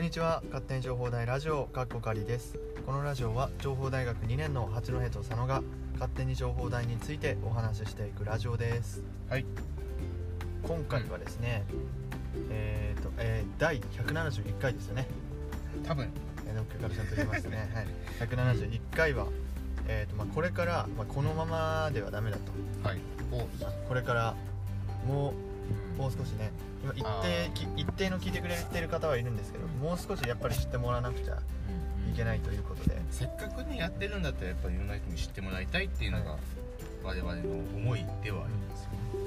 にちは。勝手に情報大ラジオかっこかりです。このラジオは情報大学2年の八戸と佐野が勝手に情報大についてお話ししていくラジオです。 はい。 今回はですね、第171回ですよね。 多分のっけからちゃんと言いますね。はい。171回は、これから、このままではダメだと。 はい。 これからもう少しね、今一定の聞いてくれてる方はいるんですけど、もう少しやっぱり知ってもらわなくちゃいけないということで、 せっかくねやってるんだったらやっぱりいろんな人に知ってもらいたいっていうのが我々の思いではあります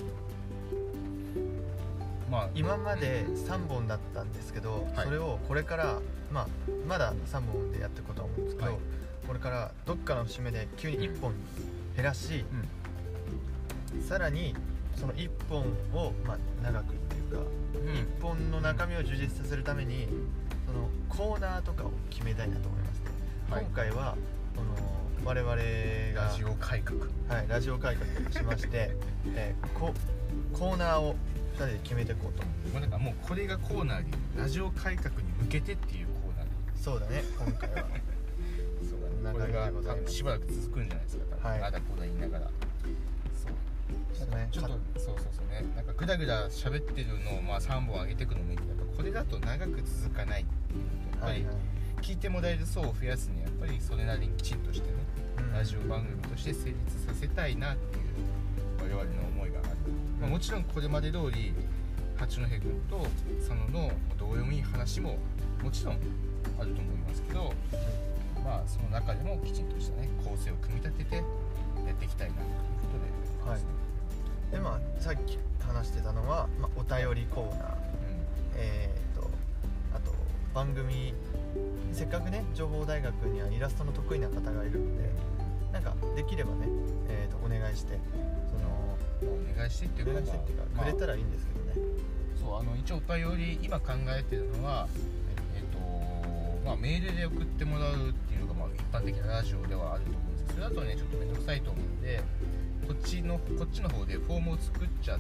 よね。 今まで3本だったんですけど、 はい、 それをこれから、まだ3本でやっていくことは思うんですけど、これからどっかの節目で急に1本に減らし、さらにその1本を、長くっていうか、1本の中身を充実させるために、そのコーナーとかを決めたいなと思いますね。今回は我々がラジオ改革、 ラジオ改革しまして、コーナーを2人で決めていこうと。 なんかもうこれがコーナーでラジオ改革に向けてっていうコーナーで。 そうだね、今回はそうだね、これが多分しばらく続くんじゃないですか。あだこだ言いながら。ちょっとそうね、なんかグダグダ喋ってるのを3本上げていくのもいいけど、これだと長く続かないっていうのと、やっぱり聞いてもらえる層を増やすにはやっぱりそれなりにきちんとしてね、ラジオ番組として成立させたいなっていう我々の思いがある。もちろんこれまで通り八戸君と佐野のどうでもいい話ももちろんあると思いますけど、その中でもきちんとしたね構成を組み立ててやっていきたいなということで、 でさっき話してたのは、お便りコーナー、あと番組、せっかくね情報大学にはイラストの得意な方がいるので、なんかできればね、お願いしてお願いしてっていうかくれたらいいんですけどね。 そう一応お便り今考えてるのは、メールで送ってもらうっていうのが一般的なラジオではあると思うんですけど、それだとねちょっと面倒くさいと思うので、こっちの方でフォームを作っちゃって、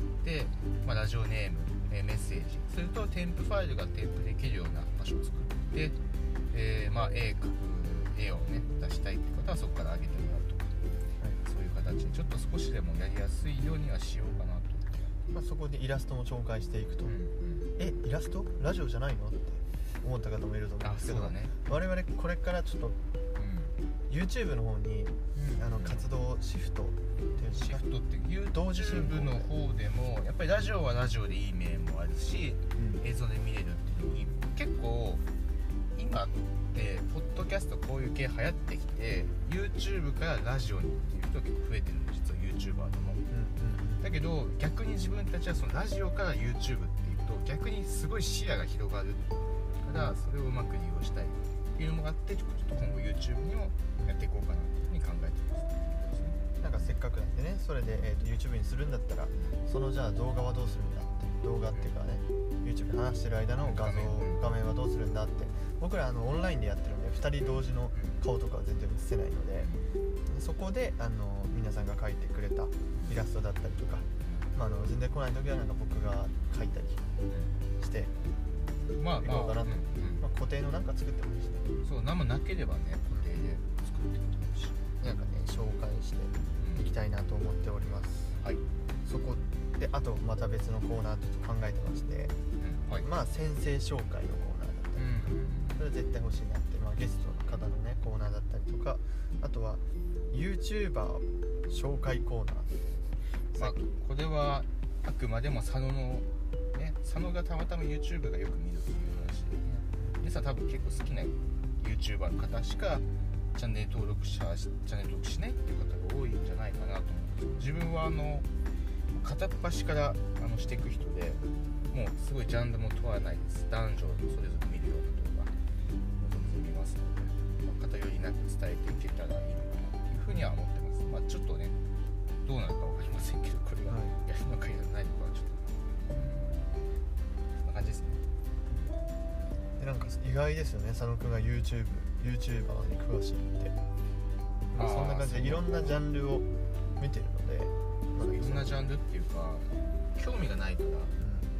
ラジオネーム、メッセージ、それと添付ファイルが添付できるような場所を作って、絵描く絵をね出したいって方はそこから上げてもらうとか、そういう形でちょっと少しでもやりやすいようにはしようかなと。 そこでイラストも紹介していくと、イラストラジオじゃないのって思った方もいると思うんですけど、我々これからちょっと、YouTube の方に、活動シフトって YouTube の方でもやっぱりラジオはラジオでいい面もあるし、映像で見れるっていうのに結構今ってポッドキャストこういう系流行ってきて YouTube からラジオにっていう人が結構増えてるんです、実は YouTuber でも、だけど逆に自分たちはそのラジオから YouTube っていうと逆にすごい視野が広がるからそれをうまく利用したいっていうのもあって、ちょっと今後 YouTube にもやっていこうかなというふうに考えてます。 なんかせっかくなんでね、それで、YouTube にするんだったら、そのじゃあ動画はどうするんだって、動画っていうかね、YouTube で話してる間の画面はどうするんだって、僕らオンラインでやってるんで2人同時の顔とかは全然映せないので、そこで皆さんが描いてくれたイラストだったりとか、全然来ない時はなんか僕が描いたりしていこうかなと。固定のなんか作ってもいいしね。 そう何もなければね固定で作ってもいいし、 なんかね紹介していきたいなと思っております。そこであとまた別のコーナーちょっと考えてまして、先生紹介のコーナーだったり、それ絶対欲しいなって、ゲストの方のねコーナーだったりとか、あとは YouTuber 紹介コーナー、 これはあくまでも佐野のね、佐野がたまたま YouTube がよく見るっていう話でね、皆さん多分結構好きな YouTuber の方しかチャンネル登録しないっていう方が多いんじゃないかなと思うんですけど、自分は片っ端からしていく人で、もうすごいジャンルも問わないです。男女それぞれ見るような動画全然見ますので、偏りなく伝えていけたらいいのかなというふうには思ってます。ちょっとねどうなるか分かりませんけど、これがやるのかやらないのかはちょっとそんな感じですね。 なんか意外ですよね、佐野くんが YouTuber に詳しいって。そんな感じでいろんなジャンルを見てるので、 いろんなジャンルっていうか興味がないから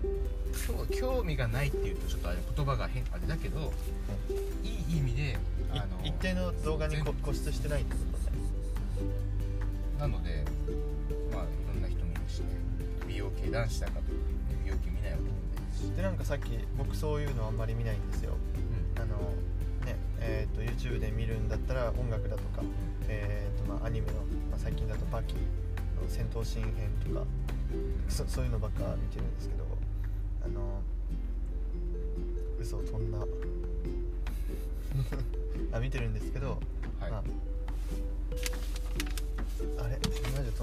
興味がないっていうとちょっとあれ言葉が変あれだけど、いい意味で一定の動画に固執してないってことね。 なのでまあいろんな人見るしね、美容系男子だからといって美容系見ないわけでもないし、 でなんかさっき僕そういうのあんまり見ないんですよ。YouTube で見るんだったら音楽だとか、アニメの、最近だとバキの戦闘シーン編とか、そういうのばっか見てるんですけど、嘘を飛んだ見てるんですけど、 はい、 あれマジで飛んだな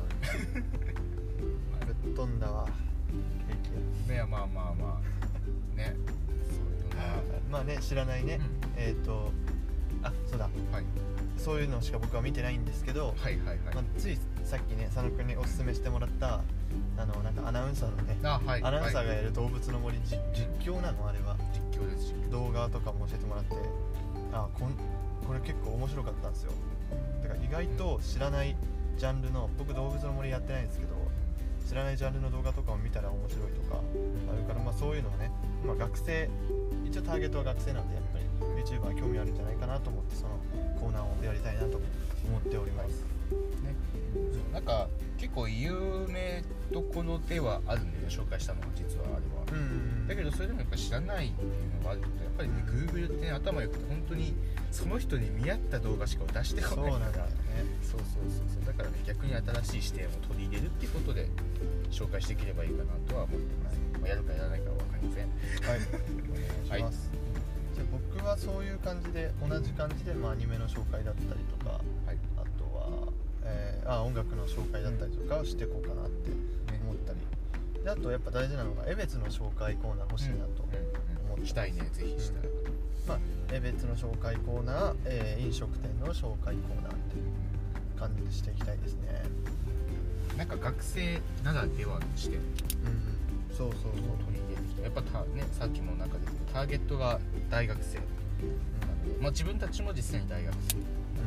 ぶっ飛んだわケーキや。まあね、 まあね、知らないね、そうだ、 はい、 そういうのしか僕は見てないんですけど、ついさっきね佐野くんにおすすめしてもらったなんかアナウンサーのね、アナウンサーがやる動物の森、実況なのあれは。 実況です。 動画とかも教えてもらって、これ結構面白かったんですよ。だから意外と知らないジャンルの、僕動物の森やってないんですけど、知らないジャンルの動画とかを見たら面白いとかあるから、そういうのをね、学生、一応ターゲットは学生なんでやっぱり YouTuber 興味あるんじゃないかなと思って、そのコーナーをやりたいなと思っております、 ね。なんか結構有名どころではあるんで、紹介したのが実はあれは、だけどそれでもやっぱ知らないっていうのがあると、やっぱりね、Google ってね、頭良くて本当にその人に見合った動画しか出してこないから、そうだからね、逆に新しい視点を取り入れるっていうことで紹介していければいいかなとは思ってます。やるかやらないかは分かりません。 はい、お願いします。じゃあ僕はそういう感じで、同じ感じで、アニメの紹介だったりとか、あとは、音楽の紹介だったりとかをしていこうかなって思ったり、であとやっぱ大事なのが江別の紹介コーナー欲しいなと思って、 したいね、ぜひしたい。 江別の紹介コーナー、飲食店の紹介コーナーっていう感じでしていきたいですね。 なんか学生ならではの視点、 そう取り入れてきた。やっぱさっきもなんか出てたターゲットが大学生、自分たちも実際に大学生、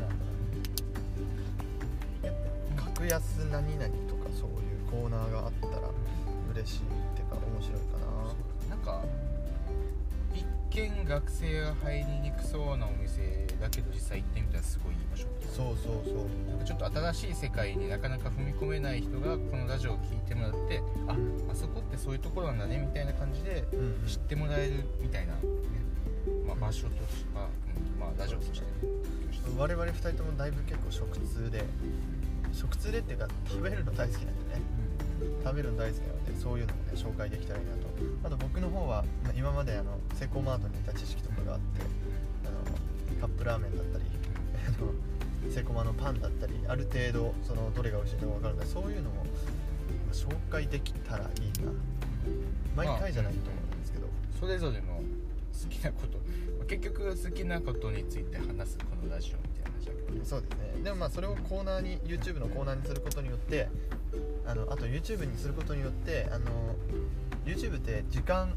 格安何々とかそういうコーナーがあったら嬉しいってか面白いかな。 なんか一見学生が入りにくそうなお店だけど、実際行ってみたらすごいいい場所。なんかちょっと新しい世界になかなか踏み込めない人がこのラジオを聞いてもらって、あそこってそういうところなんだねみたいな感じで知ってもらえるみたいな、場所としては、ラジオとしてね。 我々2人ともだいぶ結構食通でっていうか食べるの大好きなんでね、食べるの大好きなので、そういうのをね紹介できたらいいなと。あと僕の方は、今までセコマートにいた知識とかがあって、カップラーメンだったりセコマのパンだったり、ある程度どれが美味しいのか分かるので、そういうのを紹介できたらいいな。毎回じゃないと思うんですけど、 それぞれの好きなこと、結局好きなことについて話すこのラジオみたいな話だけど、 そうですね。でもそれをコーナーに YouTube のコーナーにすることによって、あと YouTube にすることによって、YouTube って時間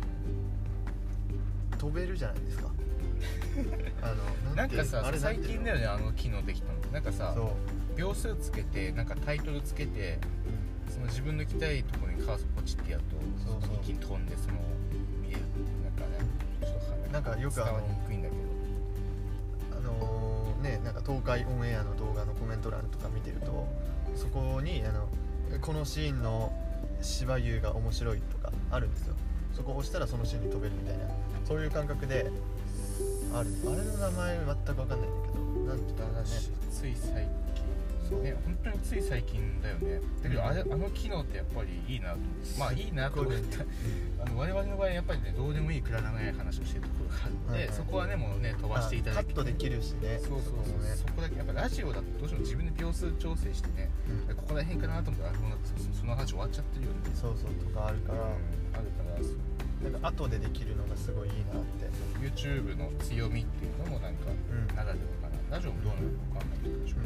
飛べるじゃないですか。 なんかさ、最近だよね、機能できたの。なんかさ、秒数つけて、なんかタイトルつけて、その自分の行きたいところにカーソルポチってやると、一気に飛んで見れる。なんかよく伝わりにくいんだけど、 なんか東海オンエアの動画のコメント欄とか見てると、そこにこのシーンの芝優が面白いとかあるんですよ。そこを押したらそのシーンに飛べるみたいな、そういう感覚であれの名前全く分かんないんだけど、なんて言ったらね、 つい最近ね、本当につい最近だよね。だけど機能ってやっぱりいいなと思って、いいなと思って我々の場合やっぱりね、どうでもいいくだらない話をしてるところがあって、そこはねもうね飛ばしていただいて、 カットできるしね。 そこだけやっぱラジオだとどうしても自分で秒数調整してね、ここら辺かなと思ったらもうその話終わっちゃってるよね。 とかあるから、なんか後でできるのがすごいいいなって。 YouTube の強みっていうのもなんかならではかな。ラジオもどうなるか分かんないけどでしょ、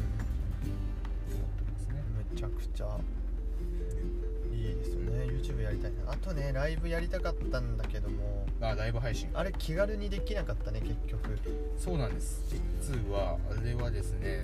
めちゃくちゃいいですよね。 YouTube やりたいな。あとね、ライブやりたかったんだけども、 ライブ配信あれ気軽にできなかったね結局。 そうなんです。実はあれはですね、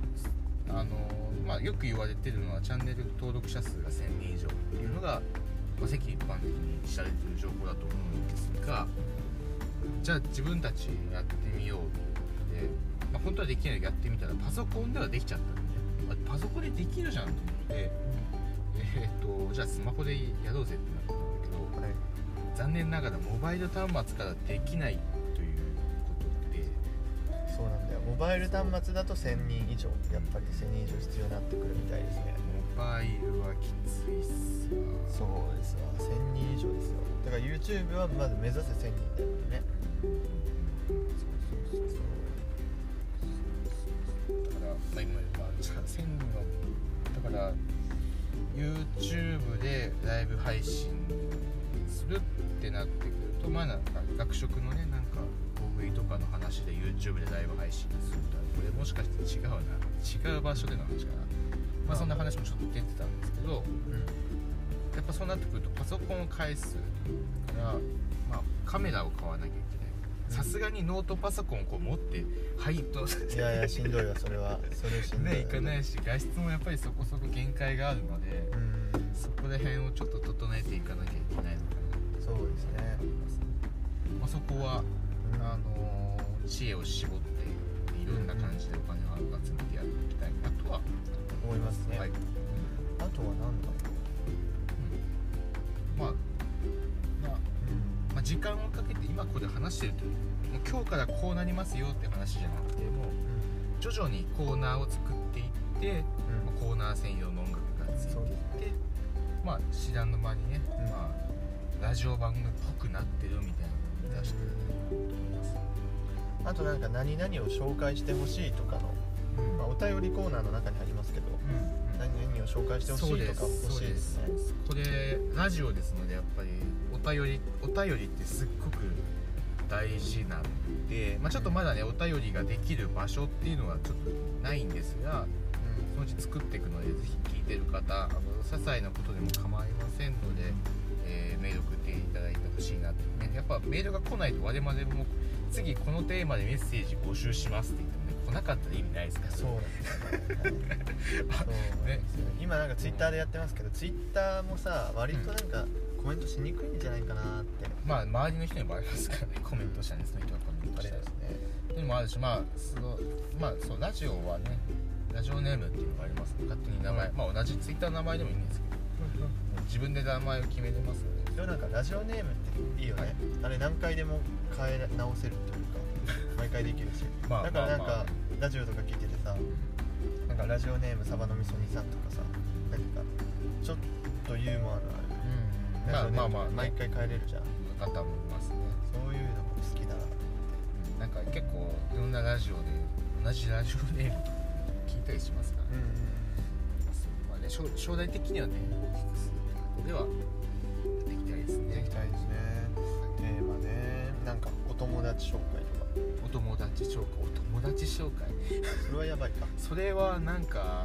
よく言われてるのはチャンネル登録者数が1000人以上っていうのが世間一般的に知られている情報だと思うんですが、じゃあ自分たちやってみようで、本当はできないけどやってみたらパソコンではできちゃったんで、パソコンでできるじゃんと思って、じゃあスマホでやろうぜってなったんだけど、残念ながらモバイル端末からできないということで。 そうなんだよ、モバイル端末だと1000人以上、やっぱり1000人以上必要になってくるみたいですね。 モバイルはきついっすわ。 そうですわ、1000人以上ですよ。だから YouTube はまず目指せ1000人だよね。 だから今じゃあ1000人はだから YouTube でライブ配信するってなってくると、なんか学食のね、なんか大食いとかの話で YouTube でライブ配信すると、これもしかして違う場所での話かな。そんな話もちょっと出てたんですけど、やっぱそうなってくるとパソコンを返すから、カメラを買わなきゃいけない。さすがにノートパソコンをこう持ってといやしんどいわ、それはそれしんどいね、いかないし、画質もやっぱりそこそこ限界があるので、そこら辺をちょっと整えていかなきゃいけないのかな。 そうですね。 そこは、知恵を絞っていろんな感じでお金を集めてやっていきたいなとは思いますね。あとは何だろう、時間をかけて今ここで話してると、もう今日からこうなりますよって話じゃなくて、もう徐々にコーナーを作っていって、コーナー専用の音楽がついていって、知らぬ間にね、ラジオ番組っぽくなってるみたいなのを出してると思います。 あとなんか何々を紹介してほしいとかの、お便りコーナーの中にありますけど、何々を紹介してほしいとか欲しいですね。 これラジオですので、やっぱりお便りってすっごく大事なので、ちょっとまだねお便りができる場所っていうのはちょっとないんですが、そのうち作っていくので、ぜひ聞いてる方、些細なことでも構いませんので、メール送っていただいてほしいなってね。やっぱメールが来ないと我々も次このテーマでメッセージ募集しますって言ってもね、来なかったら意味ないですから。 そうなんですね。今なんかツイッターでやってますけど、ツイッターもさ、割となんかコメントしにくいんじゃないかなって。 周りの人にもありますからね、コメントしたんです、その人がコメントしたりですね。っていうのもあるし、そうラジオはね、ラジオネームっていうのがあります。勝手に名前、同じツイッターの名前でもいいんですけど、自分で名前を決めれますので。 でもなんかラジオネームっていいよね。あれ何回でも変え直せるっていうか、毎回できるし。だからなんかラジオとか聞いててさ、なんかラジオネームサバのみそ煮さんとかさ、なんかちょっとユーモアのあるラジオネーム毎回変えれるじゃん。 方もいますね。そういうのも好きだな。 なんか結構いろんなラジオで同じラジオネームとか聞いたりしますからね。将来的にはね、大きくするってことではできたいですね。 できたいですね。テーマね、なんかお友達紹介とか。 お友達紹介それはやばいか。 それはなんか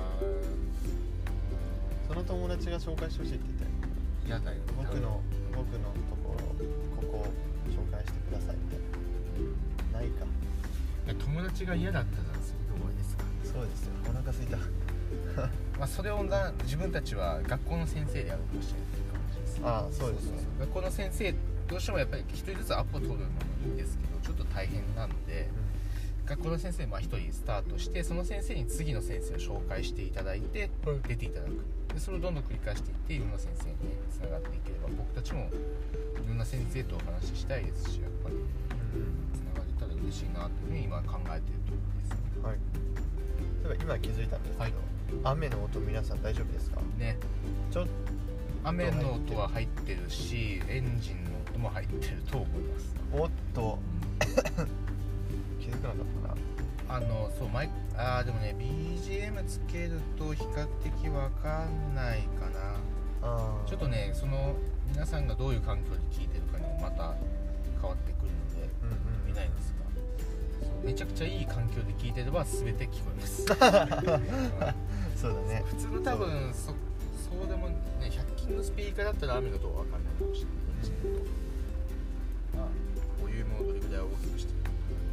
その友達が紹介してほしいって言ったよ。 嫌だよ。 僕のところここ紹介してくださいみたいな。ないか。 友達が嫌だったらそれで終わりですか。 そうですよ。お腹空いた。 それを自分たちは学校の先生でやろうとしてるかもしれないです。 ああ、そうですね。 学校の先生どうしてもやっぱり一人ずつアポ取るのもいいんですけど、ちょっと大変なので、学校の先生一人スタートして、その先生に次の先生を紹介していただいて、出ていただく。でそれをどんどん繰り返していって、いろんな先生につながっていければ、僕たちもいろんな先生とお話ししたいですし、やっぱりつながれたら嬉しいなというふうに今考えているところですね。 はい。例えば今気づいたんですけど、雨の音皆さん大丈夫ですかね。 ちょっと雨の音は入ってるし、エンジンの音も入ってると思います。 おっと気づかなかったな。 でもね BGM つけると比較的わかんないかな。ちょっとね、その皆さんがどういう環境で聞いてるかにもまた変わってくるので、見ないんですが、めちゃくちゃいい環境で聞いてれば全て聞こえますそうだね。 普通の多分そうでもね、100均のスピーカーだったら雨の音は分かんないかもしれない。ボリュームをどれぐらい大きくしてる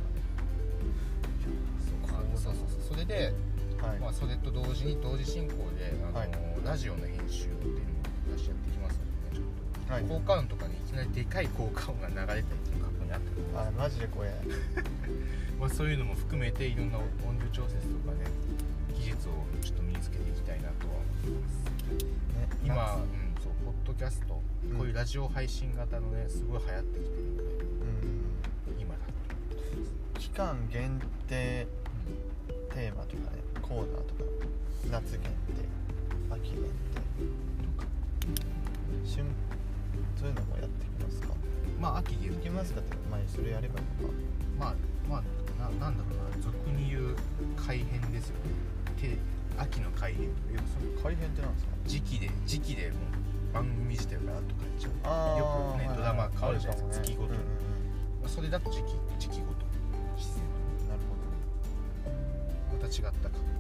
それで、それと同時進行でラジオの編集っていうのも私やってきますのでね、ちょっとはい、 効果音とかにいきなりでかい効果音が流れたりっていう過去にあったあ、マジで怖いまあそういうのも含めていろんな音量調節とかね技術をちょっと身につけていきたいなとは思います、ね、今、そうポッドキャスト、こういうラジオ配信型のねすごい流行ってきてるので、今だと期間限定テーマとかね、コーナーとか夏限定、秋限定とか、そういうのもやってきますか？ まあ秋限定できますかって前にそれやればいいのか。 まあなんだろうな、俗に言う改編ですよね。秋の改編。 改編ってなんですか？ 時期でもう番組自体がとか言っちゃう。よくね、ドラマ変わるじゃないですか、月ごとに。それだと時期ごと自然と。 なるほど。また違ったか。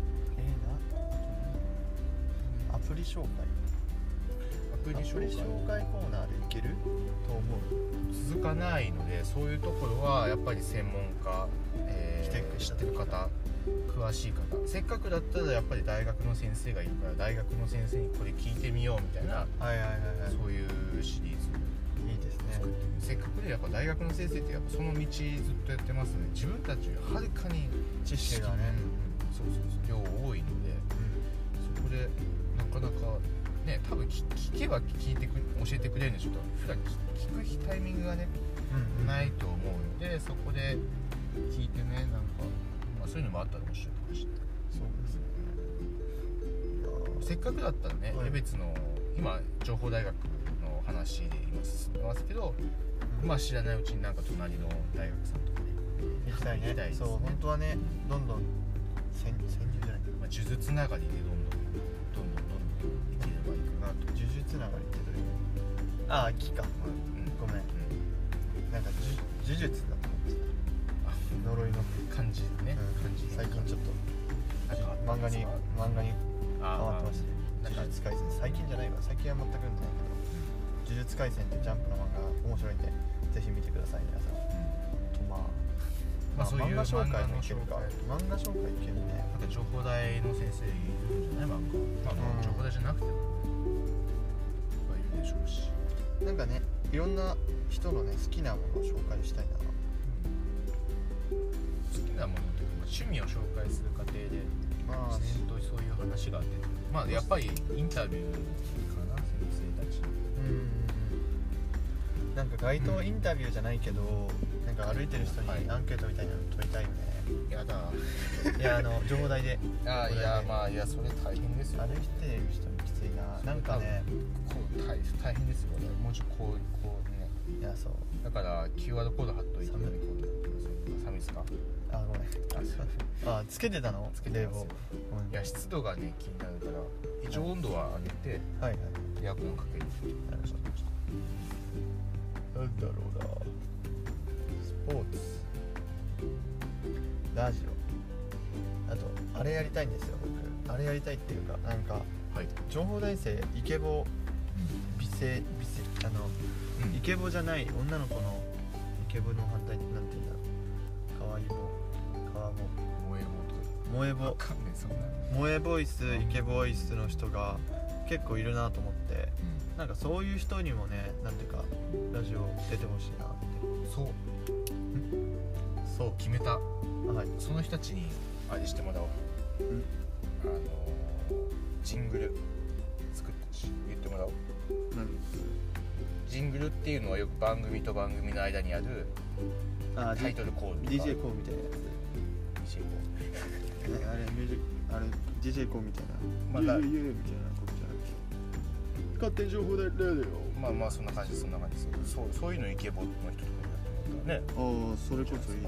アプリ紹介コーナーでいけると思う。 続かないので、そういうところはやっぱり専門家、知ってる方、詳しい方、せっかくだったらやっぱり大学の先生がいるから大学の先生にこれ聞いてみようみたいな、そういうシリーズいいですね。 せっかくでやっぱ大学の先生ってやっぱその道ずっとやってますね。自分たちよりはるかに知識がね、 そう量多いので、そこでなかなかね、多分聞けば教えてくれるんでしょうけど、普段聞くタイミングがね、ないと思うので、そこで聞いてね、なんか、まあ、そういうのもあったら面白いかもしれない。そうですね。せっかくだったらね、江別の今情報大学の話で今進んでますけど、まあ知らないうちになんか隣の大学さんとかね行きたいね。そう本当はね、どんどん潜入じゃない、 まあ、数珠つながりでどんどんいければいいかなと。 数珠つながりってどういう？ああ、木か、ごめん、なんか呪術だと思ってた。呪いの感じね、 最近ちょっと漫画にハマってまして、呪術廻戦、最近じゃないわ、最近は全く読んでないけど、呪術廻戦ってジャンプの漫画面白いんでぜひ見てください皆さん。とそういう漫画紹介もいけるか。漫画紹介いけるね。 なんか情報大の先生いるんじゃない？漫画、情報大じゃなくてもいるでしょうし、 なんかね、いろんな人のね好きなものを紹介したいな。 好きなものというか趣味を紹介する過程で自然とそういう話があって、まあやっぱりインタビューかな、先生たち。 なんか街頭インタビューじゃないけど、なんか歩いてる人にアンケートみたいなの取りたいよね。 やだ。 いや情報大で。 いやまあいやそれ大変ですよ。 歩いてる人にきついな。なんかね、 こう大変ですよね。もうちょっとこうね。 いやそう。 だから QR コード貼っといてね。寒いですか？ あ、ごめん。あ、つけてたの？ つけてますよ。いや湿度がね気になるから一応温度は上げて、エアコンかける。 なるほど。なんだろうな。スポーツ、ラジオ、あとあれやりたいんですよ僕。あれやりたいっていうか、なんか、情報大生イケボ美声イケボじゃない女の子のイケボの反対になんて言うんだろう。かわいいボ、かわぼ、萌えボとか。萌えボイス、イケボイスの人が結構いるなと思って、なんかそういう人にもね、なんていうかラジオ出てほしいなって。 そう決めた。その人たちにあれしてもらおう。ジングル作ったし言ってもらおう。ジングルっていうのはよく番組と番組の間にあるタイトルコールとか DJ コーみたいなやつ。 DJ コーあれミュージック、あれ DJ コーみたいな、みたいなことじゃなくて、勝手に情報でレディオ、 まあそんな感じです。そういうのイケボの人とかにやってもらったらね。 ああ、それこそいいね。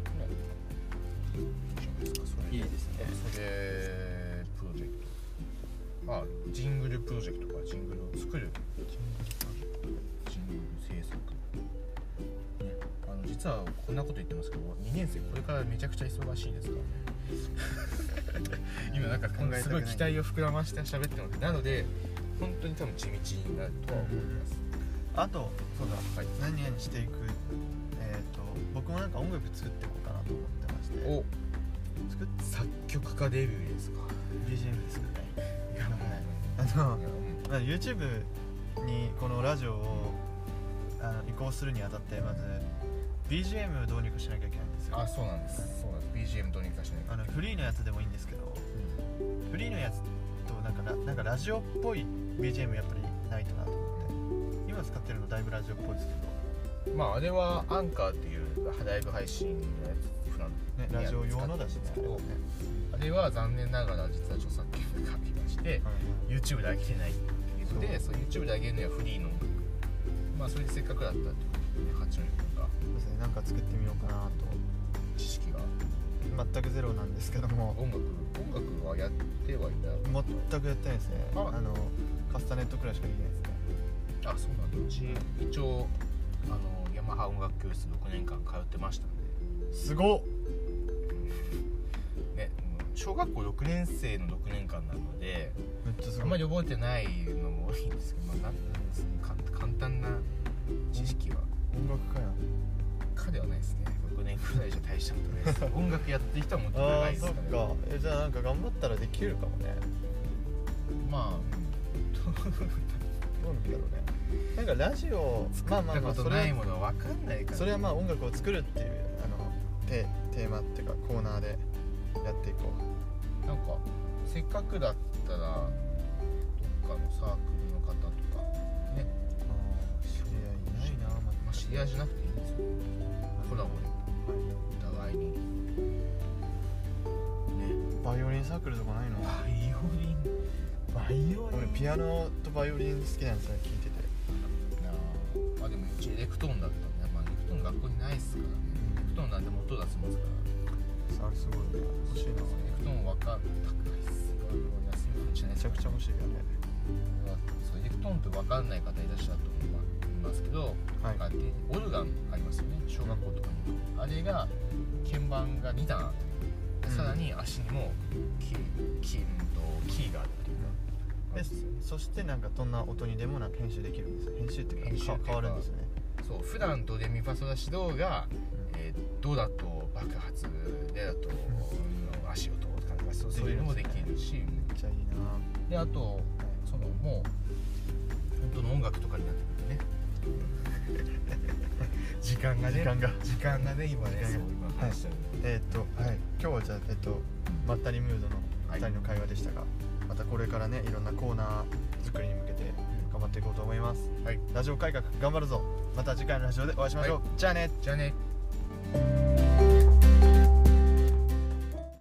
いいですね。 それプロジェクト、ジングルプロジェクトか、ジングルを作るジングル制作、ね、実はこんなこと言ってますけど、2年生これからめちゃくちゃ忙しいですからね今なんかすごい期待を膨らまして喋ってます。なので本当に多分地道になるとは思います。 あとそうだ、何々していく、僕もなんか音楽作っていこうかなと思ってまして。 作曲家デビューですか？ BGM ですかね。YouTube にこのラジオを移行するにあたってまず BGM どうにかしなきゃいけないんですよ。 そうなんです、そうなんです。 BGM どうにかしなきゃいけない。 フリーのやつでもいいんですけど、フリーのやつとなんかラジオっぽい BGM やっぱりないとなと思って、今使ってるのだいぶラジオっぽいですけど、 あれはアンカーっていうライブ配信のやつ普段ね、ラジオ用のだしね、 あれは残念ながら実は著作権がかかりまして、YouTube で上げてないって言って、そう YouTube で上げるにはフリーの音楽、それでせっかくだったってことで八野君がそうですね、なんか作ってみようかなと。 知識が全くゼロなんですけども、 音楽はやってはいた。 全くやってないですね。カスタネットくらいしかできないですね。 そうなんだ。うち一応ヤマハ音楽教室6年間通ってましたんで。 すごっね、小学校6年生の6年間なのでめっちゃすごい。 あんまり覚えてないのも多いんですけど、簡単な知識は音楽家やん。 かではないですね。6年くらいじゃ大したことないです。音楽やってる人はもっと長いですからね。 そっか。じゃあなんか頑張ったらできるかもね。どうなんだろうね。なんかラジオ作ったことないものは分かんないから、 それは音楽を作るっていうテーマっていうかコーナーでやっていこう。なんかせっかくだったらどっかのサークルの方とかね、 知り合いいないな。 知り合いじゃなくていいんですよ。コラボでお互いにね。 バイオリンサークルとかないの？ バイオリン俺ピアノとバイオリン好きなんですよ、聞いてて。 でもうちエレクトーンだったんで、エレクトーン学校にないっすからね。エレクトーンなんでも音出せますから。 あれすごいね、欲しいな。 エレクトーン高いっすよ。安いんじゃないめちゃくちゃ欲しいよね。 そうエレクトーンって分かんない方いらっしゃると思いますけど、オルガンありますよね、小学校とかに。あれが鍵盤が2段あって、さらに足にもキーがあるっていうか。 そしてなんかどんな音にでもなんか編集できるんですよ。編集っていうか変わるんですよね。 そう、普段ドレミファソラシドが、ドだと爆発、レだと足音とかそういうのもできるし、めっちゃいいな。 であともう本当の音楽とかになってくるね。時間がね今ね今話しちゃう。 今日はじゃあまったりムードの2人の会話でしたが、またこれからねいろんなコーナー作りに向けて頑張っていこうと思います。ラジオ改革頑張るぞ。また次回のラジオでお会いしましょう。じゃあね。